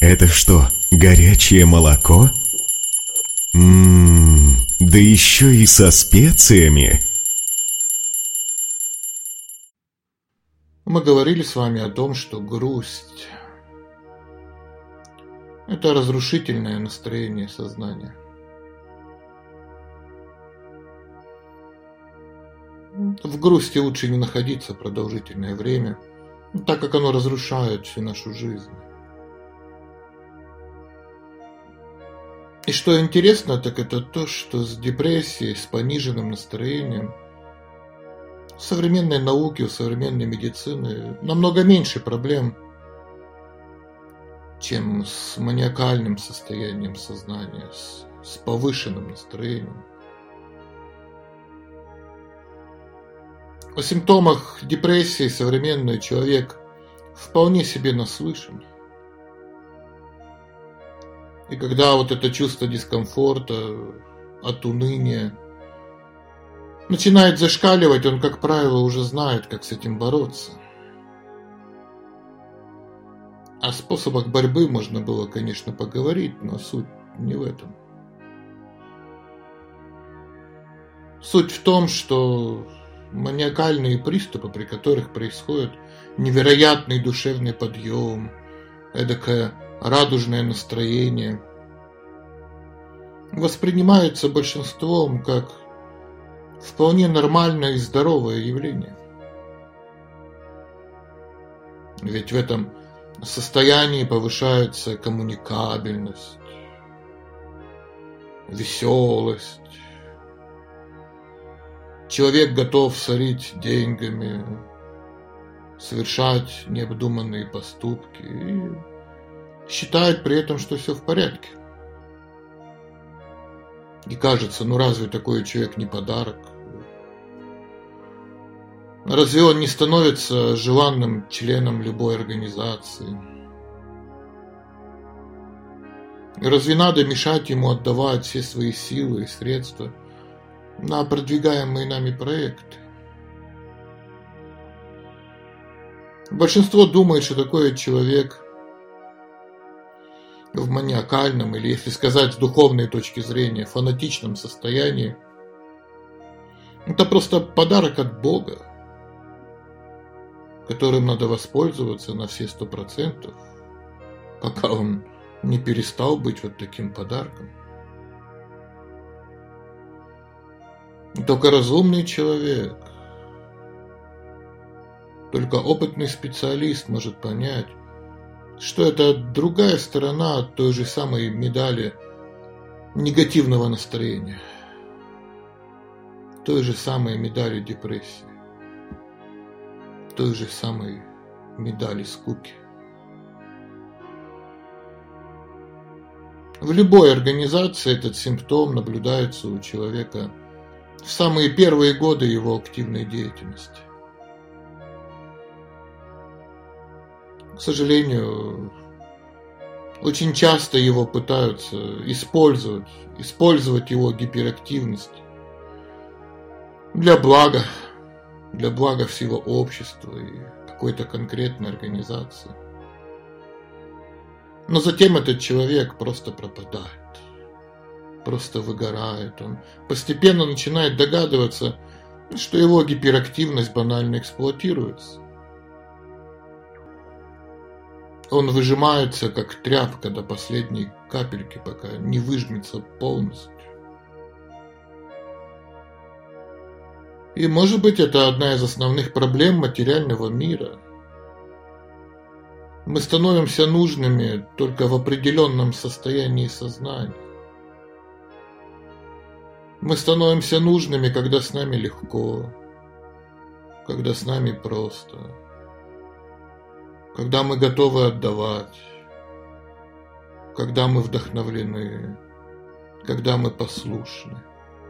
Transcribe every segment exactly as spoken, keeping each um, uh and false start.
Это что, горячее молоко? Ммм, да еще и со специями. Мы говорили с вами о том, что грусть – это разрушительное настроение сознания. В грусти лучше не находиться продолжительное время, так как оно разрушает всю нашу жизнь. И что интересно, так это то, что с депрессией, с пониженным настроением в современной науке, у современной медицины намного меньше проблем, чем с маниакальным состоянием сознания, с, с повышенным настроением. О симптомах депрессии современный человек вполне себе наслышан. И когда вот это чувство дискомфорта, от уныния начинает зашкаливать, он, как правило, уже знает, как с этим бороться. О способах борьбы можно было, конечно, поговорить, но суть не в этом. Суть в том, что маниакальные приступы, при которых происходит невероятный душевный подъем, эдакое радужное настроение, воспринимаются большинством как вполне нормальное и здоровое явление. Ведь в этом состоянии повышается коммуникабельность, веселость. Человек готов сорить деньгами, совершать необдуманные поступки и считает при этом, что все в порядке. И кажется, ну разве такой человек не подарок? Разве он не становится желанным членом любой организации? И разве надо мешать ему отдавать все свои силы и средства на продвигаемые нами проекты? Большинство думает, что такой человек в маниакальном, или, если сказать с духовной точки зрения, фанатичном состоянии, это просто подарок от Бога, которым надо воспользоваться на все сто процентов, пока он не перестал быть вот таким подарком. Только разумный человек, только опытный специалист может понять, что это другая сторона той же самой медали негативного настроения, той же самой медали депрессии, той же самой медали скуки. В любой организации этот симптом наблюдается у человека в самые первые годы его активной деятельности. К сожалению, очень часто его пытаются использовать, использовать его гиперактивность для блага, для блага всего общества и какой-то конкретной организации. Но затем этот человек просто пропадает, просто выгорает. Он постепенно начинает догадываться, что его гиперактивность банально эксплуатируется. Он выжимается, как тряпка, до последней капельки, пока не выжмется полностью. И, может быть, это одна из основных проблем материального мира. Мы становимся нужными только в определенном состоянии сознания. Мы становимся нужными, когда с нами легко, когда с нами просто, когда мы готовы отдавать, когда мы вдохновлены, когда мы послушны.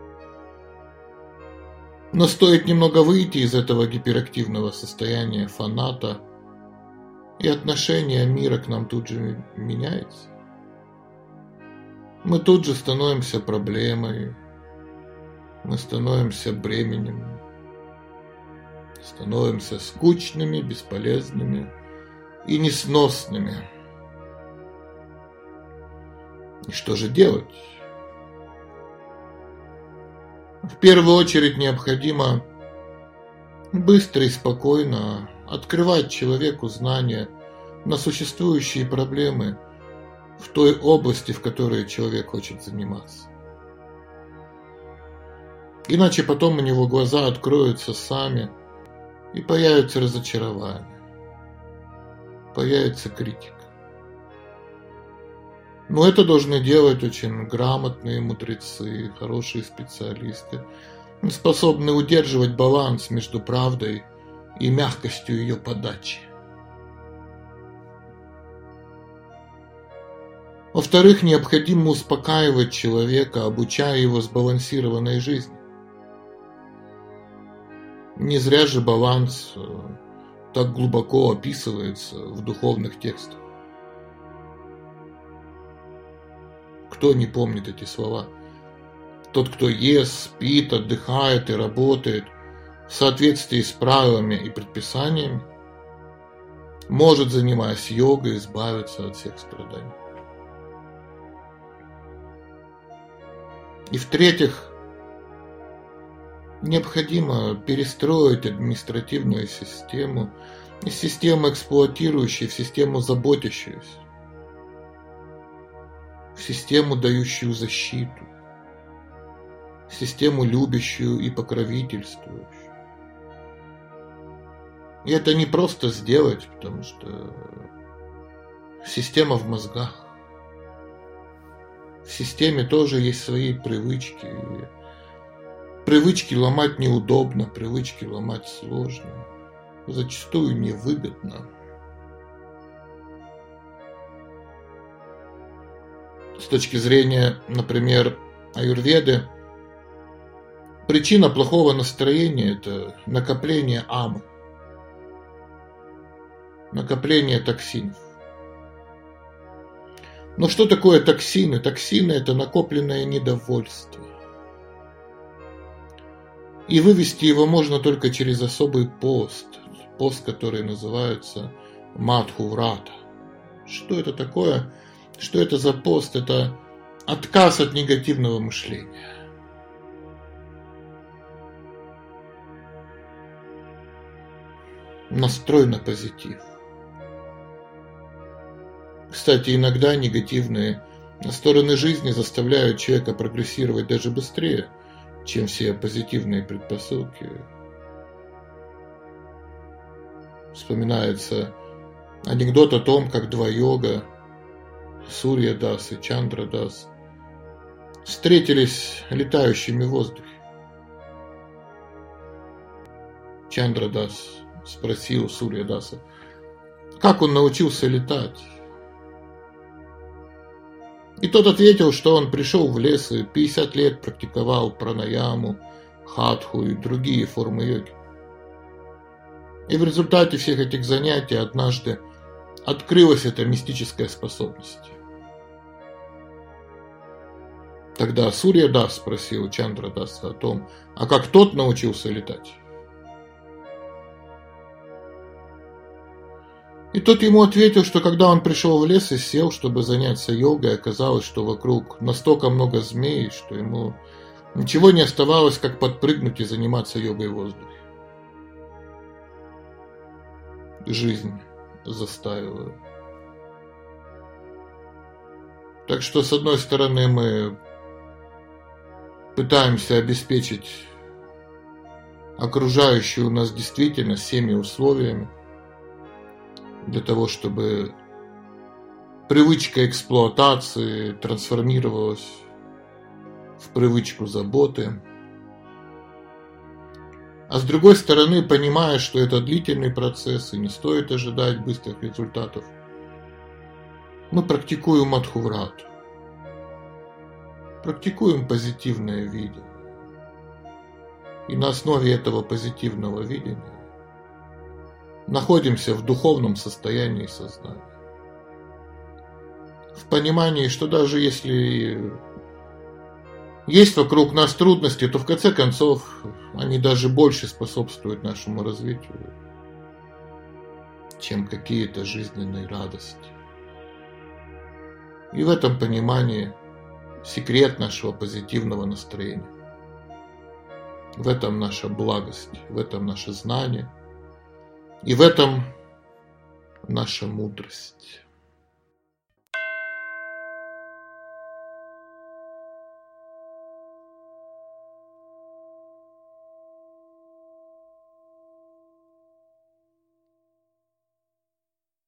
Но стоит немного выйти из этого гиперактивного состояния фаната, и отношение мира к нам тут же меняется. Мы тут же становимся проблемой, мы становимся бременем, становимся скучными, бесполезными и несносными. И что же делать? В первую очередь необходимо быстро и спокойно открывать человеку знания на существующие проблемы в той области, в которой человек хочет заниматься. Иначе потом у него глаза откроются сами, и появится разочарование, появится критика. Но это должны делать очень грамотные мудрецы, хорошие специалисты, способные удерживать баланс между правдой и мягкостью ее подачи. Во-вторых, необходимо успокаивать человека, обучая его сбалансированной жизни. Не зря же баланс так глубоко описывается в духовных текстах. Кто не помнит эти слова? Тот, кто ест, спит, отдыхает и работает в соответствии с правилами и предписаниями, может, занимаясь йогой, избавиться от всех страданий. И в-третьих, необходимо перестроить административную систему из системы эксплуатирующей в систему заботящуюся, в систему, дающую защиту, в систему любящую и покровительствующую. И это не просто сделать, потому что система в мозгах. В системе тоже есть свои привычки. И привычки ломать неудобно, привычки ломать сложно, зачастую невыгодно. С точки зрения, например, аюрведы, причина плохого настроения – это накопление амы, накопление токсинов. Но что такое токсины? Токсины – это накопленное недовольство. И вывести его можно только через особый пост, пост, который называется Мадху-врата. Что это такое? Что это за пост? Это отказ от негативного мышления. Настрой на позитив. Кстати, иногда негативные стороны жизни заставляют человека прогрессировать даже быстрее, чем все позитивные предпосылки. Вспоминается анекдот о том, как два йога, Сурья Дас и Чандра Дас, встретились летающими в воздухе. Чандра Дас спросил Сурья Даса, как он научился летать. И тот ответил, что он пришел в лес и пятьдесят лет практиковал пранаяму, хатху и другие формы йоги. И в результате всех этих занятий однажды открылась эта мистическая способность. Тогда Сурья Дас спросил Чандра Даса о том, а как тот научился летать. И тот ему ответил, что когда он пришел в лес и сел, чтобы заняться йогой, оказалось, что вокруг настолько много змей, что ему ничего не оставалось, как подпрыгнуть и заниматься йогой в воздухе. Жизнь заставила. Так что, с одной стороны, мы пытаемся обеспечить окружающую нас действительность всеми условиями, для того, чтобы привычка эксплуатации трансформировалась в привычку заботы. А с другой стороны, понимая, что это длительный процесс и не стоит ожидать быстрых результатов, мы практикуем Мадху-врату, практикуем позитивное видение. И на основе этого позитивного видения находимся в духовном состоянии сознания. В понимании, что даже если есть вокруг нас трудности, то в конце концов они даже больше способствуют нашему развитию, чем какие-то жизненные радости. И в этом понимании секрет нашего позитивного настроения. В этом наша благость, в этом наше знание, и в этом наша мудрость.